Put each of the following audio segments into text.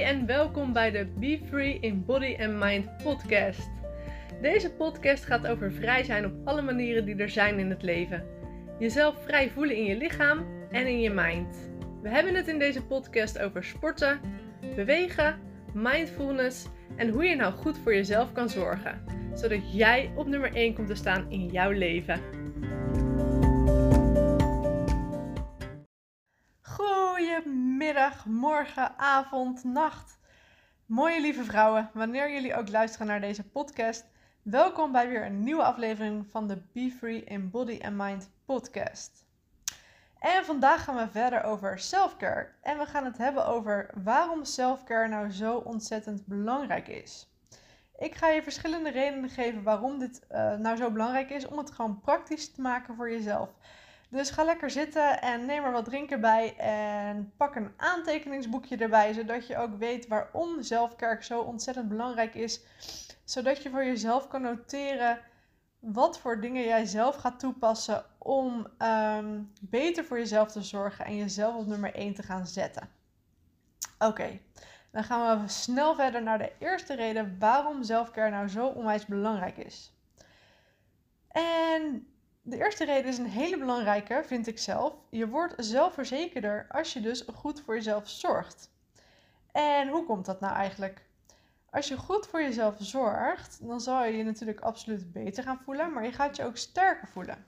en welkom bij de Be Free in Body and Mind podcast. Deze podcast gaat over vrij zijn op alle manieren die er zijn in het leven. Jezelf vrij voelen in je lichaam en in je mind. We hebben het in deze podcast over sporten, bewegen, mindfulness en hoe je nou goed voor jezelf kan zorgen. Zodat jij op nummer 1 komt te staan in jouw leven. Goedemiddag, morgen, avond, nacht. Mooie lieve vrouwen, wanneer jullie ook luisteren naar deze podcast, welkom bij weer een nieuwe aflevering van de Be Free in Body and Mind podcast. En vandaag gaan we verder over self-care. En we gaan het hebben over waarom self-care nou zo ontzettend belangrijk is. Ik ga je verschillende redenen geven waarom dit nou zo belangrijk is, om het gewoon praktisch te maken voor jezelf. Dus ga lekker zitten en neem er wat drinken bij en pak een aantekeningsboekje erbij, zodat je ook weet waarom self-care zo ontzettend belangrijk is. Zodat je voor jezelf kan noteren wat voor dingen jij zelf gaat toepassen om beter voor jezelf te zorgen en jezelf op nummer 1 te gaan zetten. Oké, dan gaan we snel verder naar de eerste reden waarom self-care nou zo onwijs belangrijk is. En de eerste reden is een hele belangrijke, vind ik zelf. Je wordt zelfverzekerder als je dus goed voor jezelf zorgt. En hoe komt dat nou eigenlijk? Als je goed voor jezelf zorgt, dan zal je je natuurlijk absoluut beter gaan voelen, maar je gaat je ook sterker voelen.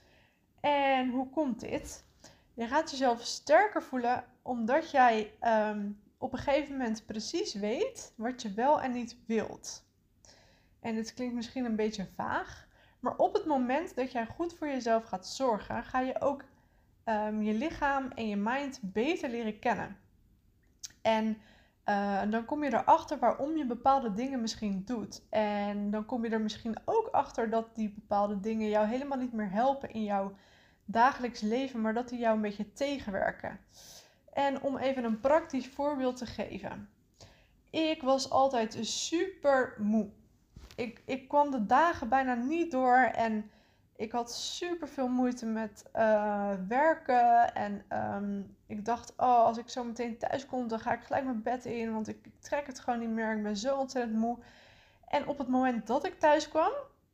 En hoe komt dit? Je gaat jezelf sterker voelen omdat jij op een gegeven moment precies weet wat je wel en niet wilt. En dit klinkt misschien een beetje vaag, maar op het moment dat jij goed voor jezelf gaat zorgen, ga je ook je lichaam en je mind beter leren kennen. En dan kom je erachter waarom je bepaalde dingen misschien doet. En dan kom je er misschien ook achter dat die bepaalde dingen jou helemaal niet meer helpen in jouw dagelijks leven, maar dat die jou een beetje tegenwerken. En om even een praktisch voorbeeld te geven. Ik was altijd super moe. Ik kwam de dagen bijna niet door en ik had super veel moeite met werken. En ik dacht, als ik zo meteen thuis kom, dan ga ik gelijk mijn bed in, want ik trek het gewoon niet meer. Ik ben zo ontzettend moe. En op het moment dat ik thuis kwam,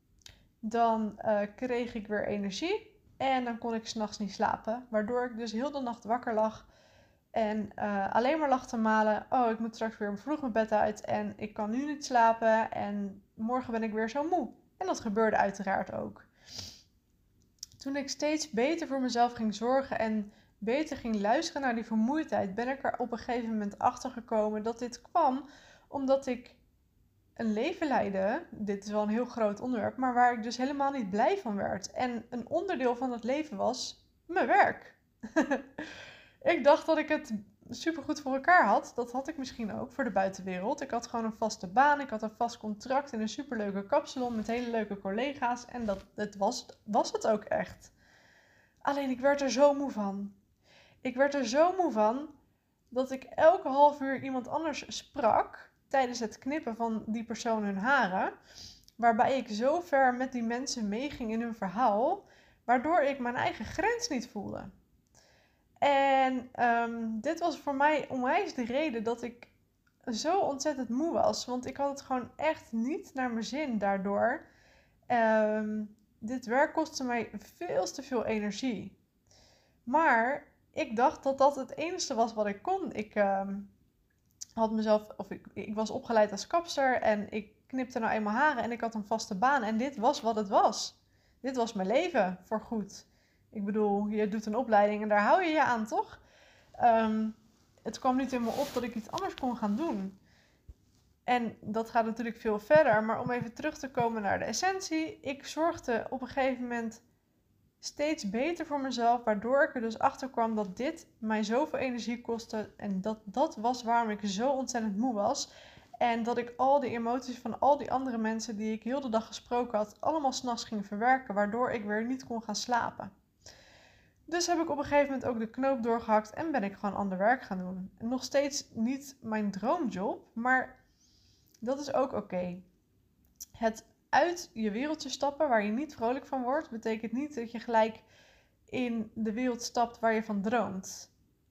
dan kreeg ik weer energie en dan kon ik 's nachts niet slapen. Waardoor ik dus heel de nacht wakker lag. En alleen maar lag te malen. Oh, ik moet straks weer vroeg mijn bed uit. En ik kan nu niet slapen. En morgen ben ik weer zo moe. En dat gebeurde uiteraard ook. Toen ik steeds beter voor mezelf ging zorgen. En beter ging luisteren naar die vermoeidheid. Ben ik er op een gegeven moment achter gekomen dat dit kwam. Omdat ik een leven leidde. Dit is wel een heel groot onderwerp. Maar waar ik dus helemaal niet blij van werd. En een onderdeel van het leven was mijn werk. Ik dacht dat ik het supergoed voor elkaar had. Dat had ik misschien ook voor de buitenwereld. Ik had gewoon een vaste baan. Ik had een vast contract in een superleuke kapsalon met hele leuke collega's. En dat was het ook echt. Alleen ik werd er zo moe van. Ik werd er zo moe van dat ik elke half uur iemand anders sprak tijdens het knippen van die persoon hun haren. Waarbij ik zo ver met die mensen meeging in hun verhaal. Waardoor ik mijn eigen grens niet voelde. En dit was voor mij onwijs de reden dat ik zo ontzettend moe was. Want ik had het gewoon echt niet naar mijn zin daardoor. Dit werk kostte mij veel te veel energie. Maar ik dacht dat dat het enige was wat ik kon. Ik was opgeleid als kapster en ik knipte nou eenmaal haren en ik had een vaste baan. En dit was wat het was. Dit was mijn leven voorgoed. Ik bedoel, je doet een opleiding en daar hou je je aan, toch? Het kwam niet in me op dat ik iets anders kon gaan doen. En dat gaat natuurlijk veel verder. Maar om even terug te komen naar de essentie. Ik zorgde op een gegeven moment steeds beter voor mezelf. Waardoor ik er dus achter kwam dat dit mij zoveel energie kostte. En dat was waarom ik zo ontzettend moe was. En dat ik al die emoties van al die andere mensen die ik heel de dag gesproken had, allemaal 's nachts ging verwerken. Waardoor ik weer niet kon gaan slapen. Dus heb ik op een gegeven moment ook de knoop doorgehakt en ben ik gewoon ander werk gaan doen. En nog steeds niet mijn droomjob, maar dat is ook oké. Het uit je wereldje stappen waar je niet vrolijk van wordt, betekent niet dat je gelijk in de wereld stapt waar je van droomt.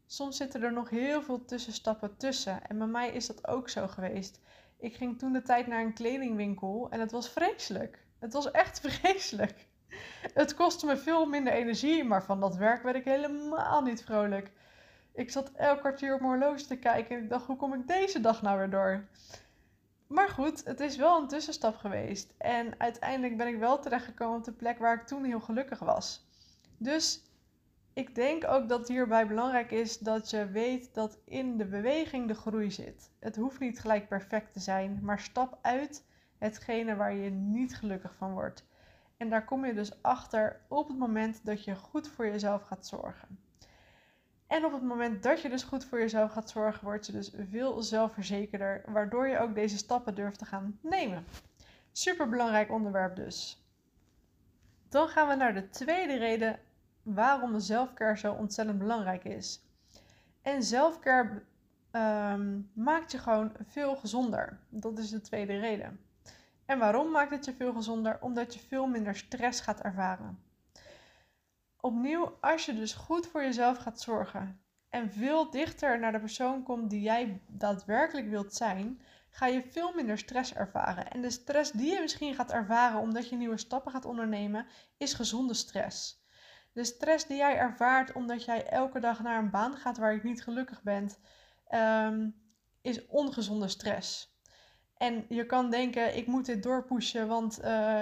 Soms zitten er nog heel veel tussenstappen tussen. En bij mij is dat ook zo geweest. Ik ging toen de tijd naar een kledingwinkel en het was vreselijk. Het was echt vreselijk. Het kostte me veel minder energie, maar van dat werk werd ik helemaal niet vrolijk. Ik zat elk kwartier op mijn horloge te kijken en ik dacht, hoe kom ik deze dag nou weer door? Maar goed, het is wel een tussenstap geweest. En uiteindelijk ben ik wel terechtgekomen op de plek waar ik toen heel gelukkig was. Dus ik denk ook dat hierbij belangrijk is dat je weet dat in de beweging de groei zit. Het hoeft niet gelijk perfect te zijn, maar stap uit hetgene waar je niet gelukkig van wordt. En daar kom je dus achter op het moment dat je goed voor jezelf gaat zorgen. En op het moment dat je dus goed voor jezelf gaat zorgen, word je dus veel zelfverzekerder, waardoor je ook deze stappen durft te gaan nemen. Super belangrijk onderwerp dus. Dan gaan we naar de tweede reden waarom zelfcare zo ontzettend belangrijk is. En zelfcare maakt je gewoon veel gezonder. Dat is de tweede reden. En waarom maakt het je veel gezonder? Omdat je veel minder stress gaat ervaren. Opnieuw, als je dus goed voor jezelf gaat zorgen en veel dichter naar de persoon komt die jij daadwerkelijk wilt zijn, ga je veel minder stress ervaren. En de stress die je misschien gaat ervaren omdat je nieuwe stappen gaat ondernemen, is gezonde stress. De stress die jij ervaart omdat jij elke dag naar een baan gaat waar je niet gelukkig bent, is ongezonde stress. En je kan denken, ik moet dit doorpushen, want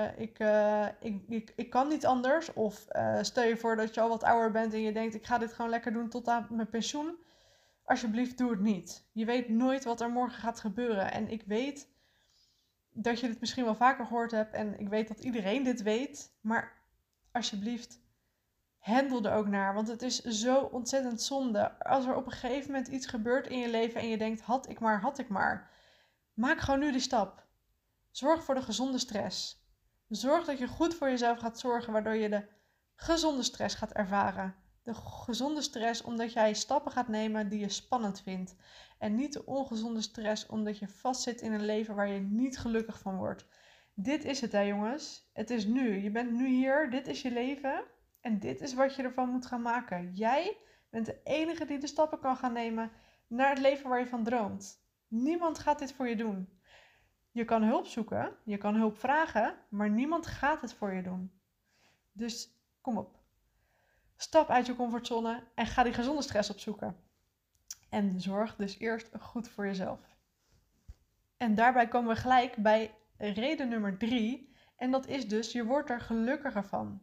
ik kan niet anders. Of stel je voor dat je al wat ouder bent en je denkt, ik ga dit gewoon lekker doen tot aan mijn pensioen. Alsjeblieft, doe het niet. Je weet nooit wat er morgen gaat gebeuren. En ik weet dat je dit misschien wel vaker gehoord hebt en ik weet dat iedereen dit weet. Maar alsjeblieft, handel er ook naar, want het is zo ontzettend zonde. Als er op een gegeven moment iets gebeurt in je leven en je denkt, had ik maar. Maak gewoon nu die stap. Zorg voor de gezonde stress. Zorg dat je goed voor jezelf gaat zorgen, waardoor je de gezonde stress gaat ervaren. De gezonde stress omdat jij stappen gaat nemen die je spannend vindt. En niet de ongezonde stress omdat je vastzit in een leven waar je niet gelukkig van wordt. Dit is het hè jongens. Het is nu. Je bent nu hier. Dit is je leven. En dit is wat je ervan moet gaan maken. Jij bent de enige die de stappen kan gaan nemen naar het leven waar je van droomt. Niemand gaat dit voor je doen. Je kan hulp zoeken, je kan hulp vragen, maar niemand gaat het voor je doen. Dus kom op. Stap uit je comfortzone en ga die gezonde stress opzoeken. En zorg dus eerst goed voor jezelf. En daarbij komen we gelijk bij reden nummer 3. En dat is dus, je wordt er gelukkiger van.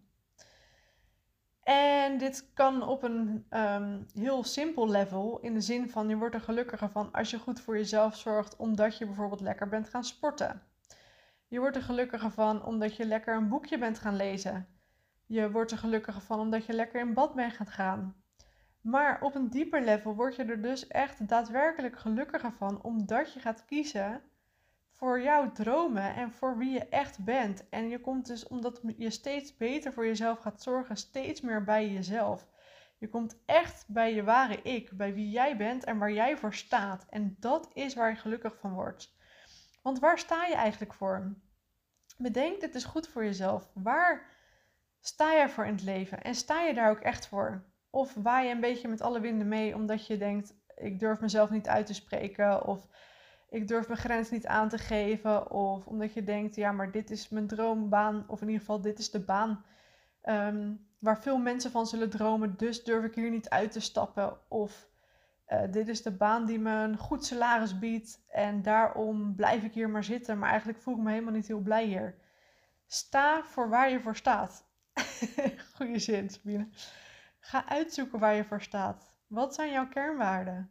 En dit kan op een heel simpel level, in de zin van je wordt er gelukkiger van als je goed voor jezelf zorgt, omdat je bijvoorbeeld lekker bent gaan sporten. Je wordt er gelukkiger van omdat je lekker een boekje bent gaan lezen. Je wordt er gelukkiger van omdat je lekker in bad bent gaan. Maar op een dieper level word je er dus echt daadwerkelijk gelukkiger van, omdat je gaat kiezen voor jouw dromen en voor wie je echt bent. En je komt dus, omdat je steeds beter voor jezelf gaat zorgen, steeds meer bij jezelf. Je komt echt bij je ware ik, bij wie jij bent en waar jij voor staat. En dat is waar je gelukkig van wordt. Want waar sta je eigenlijk voor? Bedenk, dit is goed voor jezelf. Waar sta jij voor in het leven? En sta je daar ook echt voor? Of waai je een beetje met alle winden mee omdat je denkt, ik durf mezelf niet uit te spreken, of ik durf mijn grens niet aan te geven, of omdat je denkt, ja, maar dit is mijn droombaan, of in ieder geval dit is de baan waar veel mensen van zullen dromen, dus durf ik hier niet uit te stappen. Of dit is de baan die me een goed salaris biedt en daarom blijf ik hier maar zitten, maar eigenlijk voel ik me helemaal niet heel blij hier. Sta voor waar je voor staat. Goeie zin, Sabine. Ga uitzoeken waar je voor staat. Wat zijn jouw kernwaarden?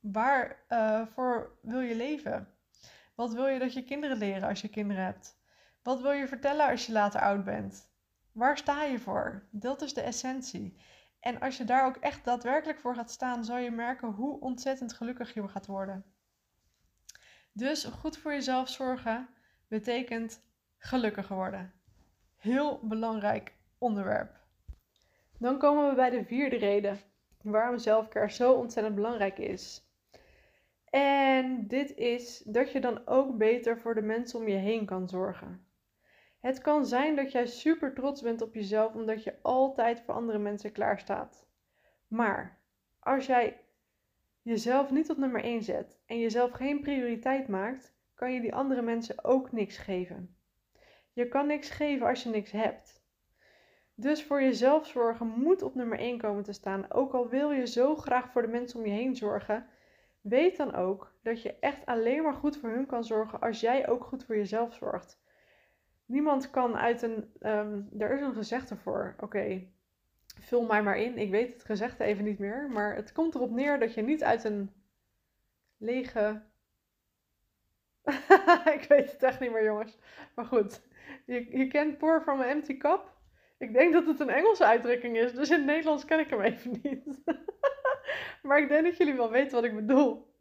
Waarvoor wil je leven? Wat wil je dat je kinderen leren als je kinderen hebt? Wat wil je vertellen als je later oud bent? Waar sta je voor? Dat is de essentie. En als je daar ook echt daadwerkelijk voor gaat staan, zal je merken hoe ontzettend gelukkig je gaat worden. Dus goed voor jezelf zorgen betekent gelukkiger worden. Heel belangrijk onderwerp. Dan komen we bij de vierde reden waarom zelfcare zo ontzettend belangrijk is. En dit is dat je dan ook beter voor de mensen om je heen kan zorgen. Het kan zijn dat jij super trots bent op jezelf omdat je altijd voor andere mensen klaar staat. Maar als jij jezelf niet op nummer 1 zet en jezelf geen prioriteit maakt, kan je die andere mensen ook niks geven. Je kan niks geven als je niks hebt. Dus voor jezelf zorgen moet op nummer 1 komen te staan. Ook al wil je zo graag voor de mensen om je heen zorgen, weet dan ook dat je echt alleen maar goed voor hun kan zorgen als jij ook goed voor jezelf zorgt. Niemand kan uit een... er is een gezegde voor. Oké, vul mij maar in. Ik weet het gezegde even niet meer. Maar het komt erop neer dat je niet uit een lege... Ik weet het echt niet meer, jongens. Maar goed, je kent pour from an empty cup. Ik denk dat het een Engelse uitdrukking is, dus in het Nederlands ken ik hem even niet. Maar ik denk dat jullie wel weten wat ik bedoel.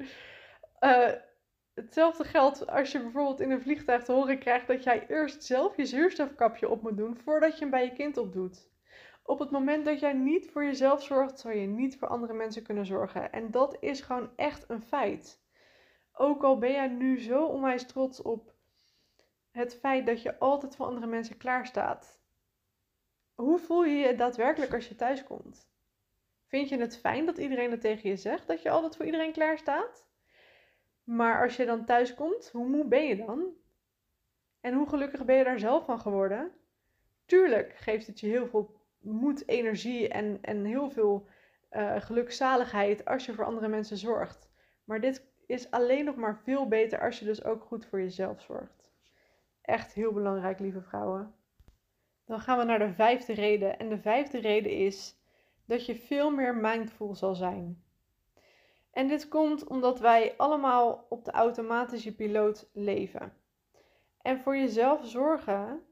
Hetzelfde geldt als je bijvoorbeeld in een vliegtuig te horen krijgt dat jij eerst zelf je zuurstofkapje op moet doen voordat je hem bij je kind opdoet. Op het moment dat jij niet voor jezelf zorgt, zal je niet voor andere mensen kunnen zorgen. En dat is gewoon echt een feit. Ook al ben jij nu zo onwijs trots op het feit dat je altijd voor andere mensen klaarstaat. Hoe voel je je daadwerkelijk als je thuis komt? Vind je het fijn dat iedereen het tegen je zegt, dat je altijd voor iedereen klaar staat? Maar als je dan thuis komt, hoe moe ben je dan? En hoe gelukkig ben je daar zelf van geworden? Tuurlijk geeft het je heel veel moed, energie en heel veel gelukzaligheid als je voor andere mensen zorgt. Maar dit is alleen nog maar veel beter als je dus ook goed voor jezelf zorgt. Echt heel belangrijk, lieve vrouwen. Dan gaan we naar de 5e reden. En de 5e reden is dat je veel meer mindful zal zijn. En dit komt omdat wij allemaal op de automatische piloot leven. En voor jezelf zorgen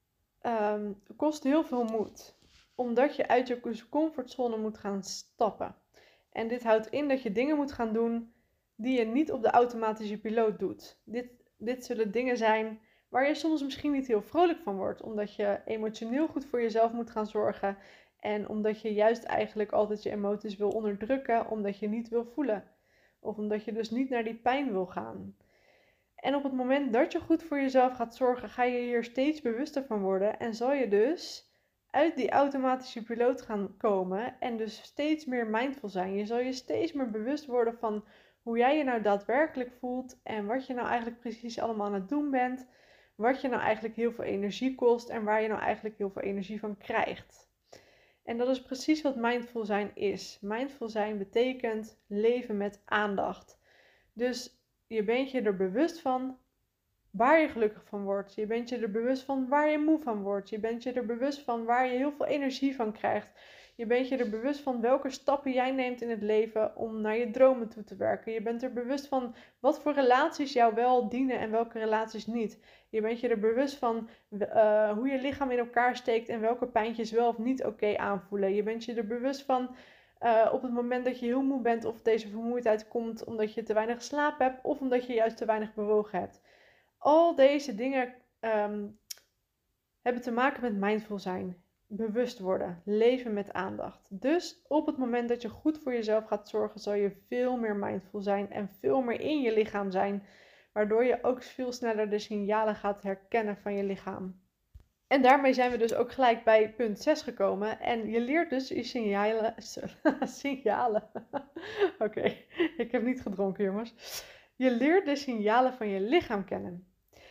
kost heel veel moed. Omdat je uit je comfortzone moet gaan stappen. En dit houdt in dat je dingen moet gaan doen die je niet op de automatische piloot doet. Dit zullen dingen zijn waar je soms misschien niet heel vrolijk van wordt. Omdat je emotioneel goed voor jezelf moet gaan zorgen. En omdat je juist eigenlijk altijd je emoties wil onderdrukken. Omdat je niet wil voelen. Of omdat je dus niet naar die pijn wil gaan. En op het moment dat je goed voor jezelf gaat zorgen, ga je hier steeds bewuster van worden. En zal je dus uit die automatische piloot gaan komen en dus steeds meer mindful zijn. Je zal je steeds meer bewust worden van hoe jij je nou daadwerkelijk voelt en wat je nou eigenlijk precies allemaal aan het doen bent. Wat je nou eigenlijk heel veel energie kost en waar je nou eigenlijk heel veel energie van krijgt. En dat is precies wat mindful zijn is. Mindful zijn betekent leven met aandacht. Dus je bent je er bewust van waar je gelukkig van wordt. Je bent je er bewust van waar je moe van wordt. Je bent je er bewust van waar je heel veel energie van krijgt. Je bent je er bewust van welke stappen jij neemt in het leven om naar je dromen toe te werken. Je bent er bewust van wat voor relaties jou wel dienen en welke relaties niet. Je bent je er bewust van hoe je lichaam in elkaar steekt en welke pijntjes wel of niet oké aanvoelen. Je bent je er bewust van op het moment dat je heel moe bent of deze vermoeidheid komt omdat je te weinig geslapen hebt of omdat je juist te weinig bewogen hebt. Al deze dingen hebben te maken met mindful zijn, bewust worden, leven met aandacht. Dus op het moment dat je goed voor jezelf gaat zorgen, zal je veel meer mindful zijn en veel meer in je lichaam zijn, waardoor je ook veel sneller de signalen gaat herkennen van je lichaam. En daarmee zijn we dus ook gelijk bij punt 6 gekomen. En je leert dus je signalen. Signalen. Oké, ik heb niet gedronken, jongens. Je leert de signalen van je lichaam kennen.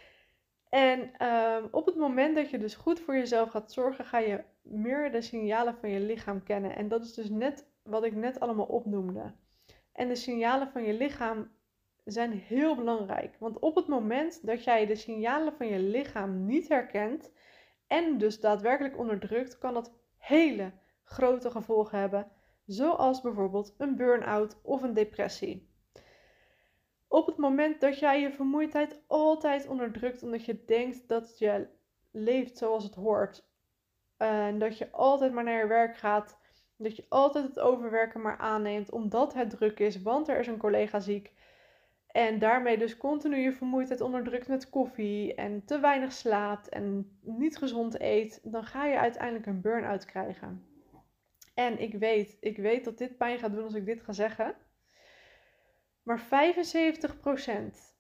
En op het moment dat je dus goed voor jezelf gaat zorgen, ga je meer de signalen van je lichaam kennen. En dat is dus net wat ik net allemaal opnoemde. En de signalen van je lichaam zijn heel belangrijk. Want op het moment dat jij de signalen van je lichaam niet herkent en dus daadwerkelijk onderdrukt, kan dat hele grote gevolgen hebben. Zoals bijvoorbeeld een burn-out of een depressie. Op het moment dat jij je vermoeidheid altijd onderdrukt omdat je denkt dat je leeft zoals het hoort. En dat je altijd maar naar je werk gaat. Dat je altijd het overwerken maar aanneemt omdat het druk is, want er is een collega ziek. En daarmee dus continu je vermoeidheid onderdrukt met koffie en te weinig slaapt en niet gezond eet. Dan ga je uiteindelijk een burn-out krijgen. En ik weet dat dit pijn gaat doen als ik dit ga zeggen. Maar 75%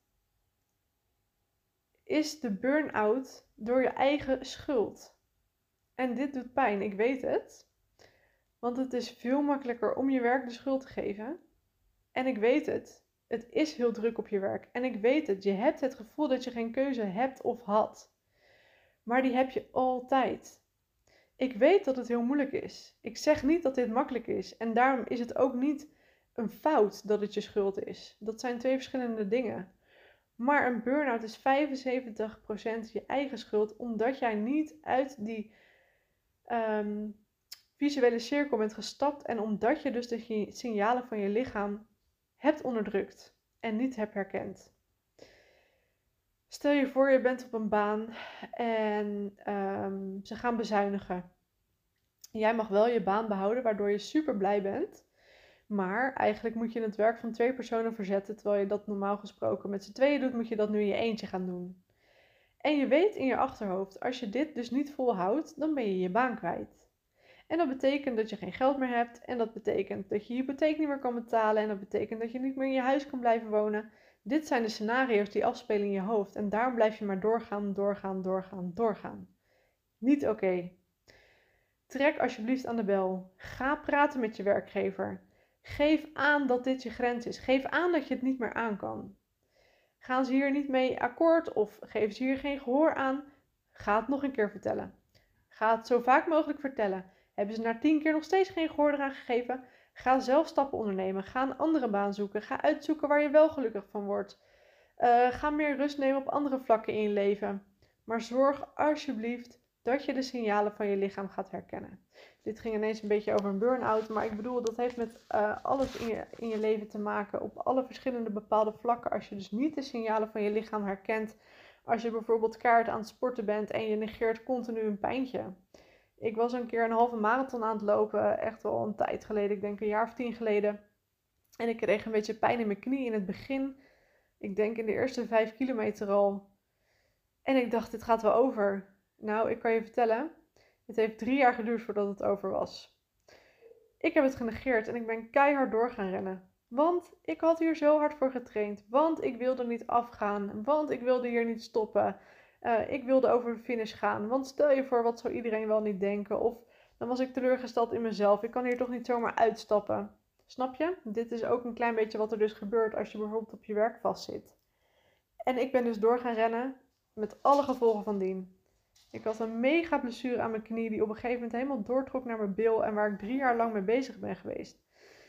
is de burn-out door je eigen schuld. En dit doet pijn, ik weet het. Want het is veel makkelijker om je werk de schuld te geven En ik weet het. Het is heel druk op je werk. En ik weet het. Je hebt het gevoel dat je geen keuze hebt of had. Maar die heb je altijd. Ik weet dat het heel moeilijk is. Ik zeg niet dat dit makkelijk is. En daarom is het ook niet een fout dat het je schuld is. Dat zijn twee verschillende dingen. Maar een burn-out is 75% je eigen schuld, omdat jij niet uit die visuele cirkel bent gestapt en omdat je dus de signalen van je lichaam hebt onderdrukt en niet hebt herkend. Stel je voor, je bent op een baan en ze gaan bezuinigen. Jij mag wel je baan behouden, waardoor je super blij bent. Maar eigenlijk moet je het werk van 2 personen verzetten, terwijl je dat normaal gesproken met z'n tweeën doet, moet je dat nu in je eentje gaan doen. En je weet in je achterhoofd, als je dit dus niet volhoudt, dan ben je je baan kwijt. En dat betekent dat je geen geld meer hebt. En dat betekent dat je je hypotheek niet meer kan betalen. En dat betekent dat je niet meer in je huis kan blijven wonen. Dit zijn de scenario's die afspelen in je hoofd. En daarom blijf je maar doorgaan. Niet oké. Trek alsjeblieft aan de bel. Ga praten met je werkgever. Geef aan dat dit je grens is. Geef aan dat je het niet meer aan kan. Gaan ze hier niet mee akkoord of geven ze hier geen gehoor aan? Ga het nog een keer vertellen. Ga het zo vaak mogelijk vertellen. Hebben ze na 10 keer nog steeds geen gehoor eraan gegeven? Ga zelf stappen ondernemen. Ga een andere baan zoeken. Ga uitzoeken waar je wel gelukkig van wordt. Ga meer rust nemen op andere vlakken in je leven. Maar zorg alsjeblieft dat je de signalen van je lichaam gaat herkennen. Dit ging ineens een beetje over een burn-out, maar ik bedoel, dat heeft met alles in je leven te maken, op alle verschillende bepaalde vlakken. Als je dus niet de signalen van je lichaam herkent, als je bijvoorbeeld keihard aan het sporten bent en je negeert continu een pijntje. Ik was een keer een halve marathon aan het lopen, echt wel een tijd geleden, ik denk een jaar of 10 geleden. En ik kreeg een beetje pijn in mijn knie in het begin. Ik denk in de eerste 5 kilometer al. En ik dacht, dit gaat wel over. Nou, ik kan je vertellen, het heeft 3 jaar geduurd voordat het over was. Ik heb het genegeerd en ik ben keihard door gaan rennen. Want ik had hier zo hard voor getraind. Want ik wilde niet afgaan. Want ik wilde hier niet stoppen. Ik wilde over de finish gaan. Want stel je voor, wat zou iedereen wel niet denken? Of dan was ik teleurgesteld in mezelf. Ik kan hier toch niet zomaar uitstappen. Snap je? Dit is ook een klein beetje wat er dus gebeurt als je bijvoorbeeld op je werk vastzit. En ik ben dus door gaan rennen met alle gevolgen van dien. Ik had een mega blessure aan mijn knie die op een gegeven moment helemaal doortrok naar mijn bil en waar ik 3 jaar lang mee bezig ben geweest.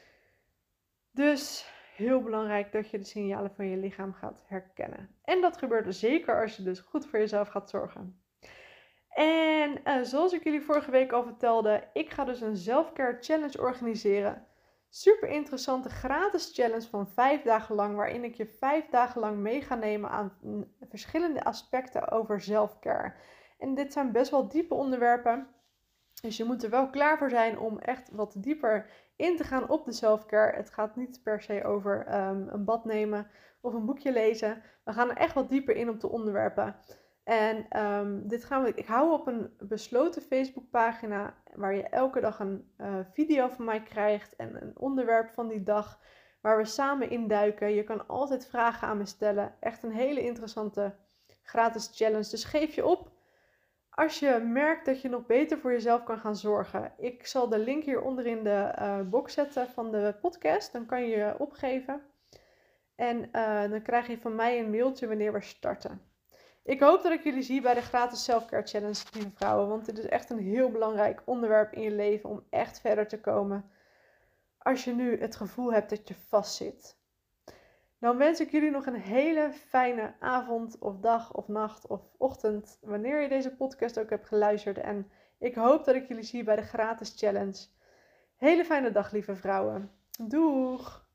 Dus heel belangrijk dat je de signalen van je lichaam gaat herkennen. En dat gebeurt zeker als je dus goed voor jezelf gaat zorgen. En zoals ik jullie vorige week al vertelde, ik ga dus een self-care challenge organiseren. Super interessante gratis challenge van 5 dagen lang, waarin ik je 5 dagen lang mee ga nemen aan verschillende aspecten over self-care. En dit zijn best wel diepe onderwerpen. Dus je moet er wel klaar voor zijn om echt wat dieper in te gaan op de self-care. Het gaat niet per se over een bad nemen of een boekje lezen. We gaan er echt wat dieper in op de onderwerpen. En ik hou op een besloten Facebookpagina waar je elke dag een video van mij krijgt en een onderwerp van die dag waar we samen induiken. Je kan altijd vragen aan me stellen. Echt een hele interessante gratis challenge. Dus geef je op als je merkt dat je nog beter voor jezelf kan gaan zorgen. Ik zal de link hieronder in de box zetten van de podcast. Dan kan je je opgeven. En dan krijg je van mij een mailtje wanneer we starten. Ik hoop dat ik jullie zie bij de gratis selfcare challenge, lieve vrouwen. Want dit is echt een heel belangrijk onderwerp in je leven om echt verder te komen. Als je nu het gevoel hebt dat je vastzit. Dan wens ik jullie nog een hele fijne avond of dag of nacht of ochtend. Wanneer je deze podcast ook hebt geluisterd. En ik hoop dat ik jullie zie bij de gratis challenge. Hele fijne dag, lieve vrouwen. Doeg!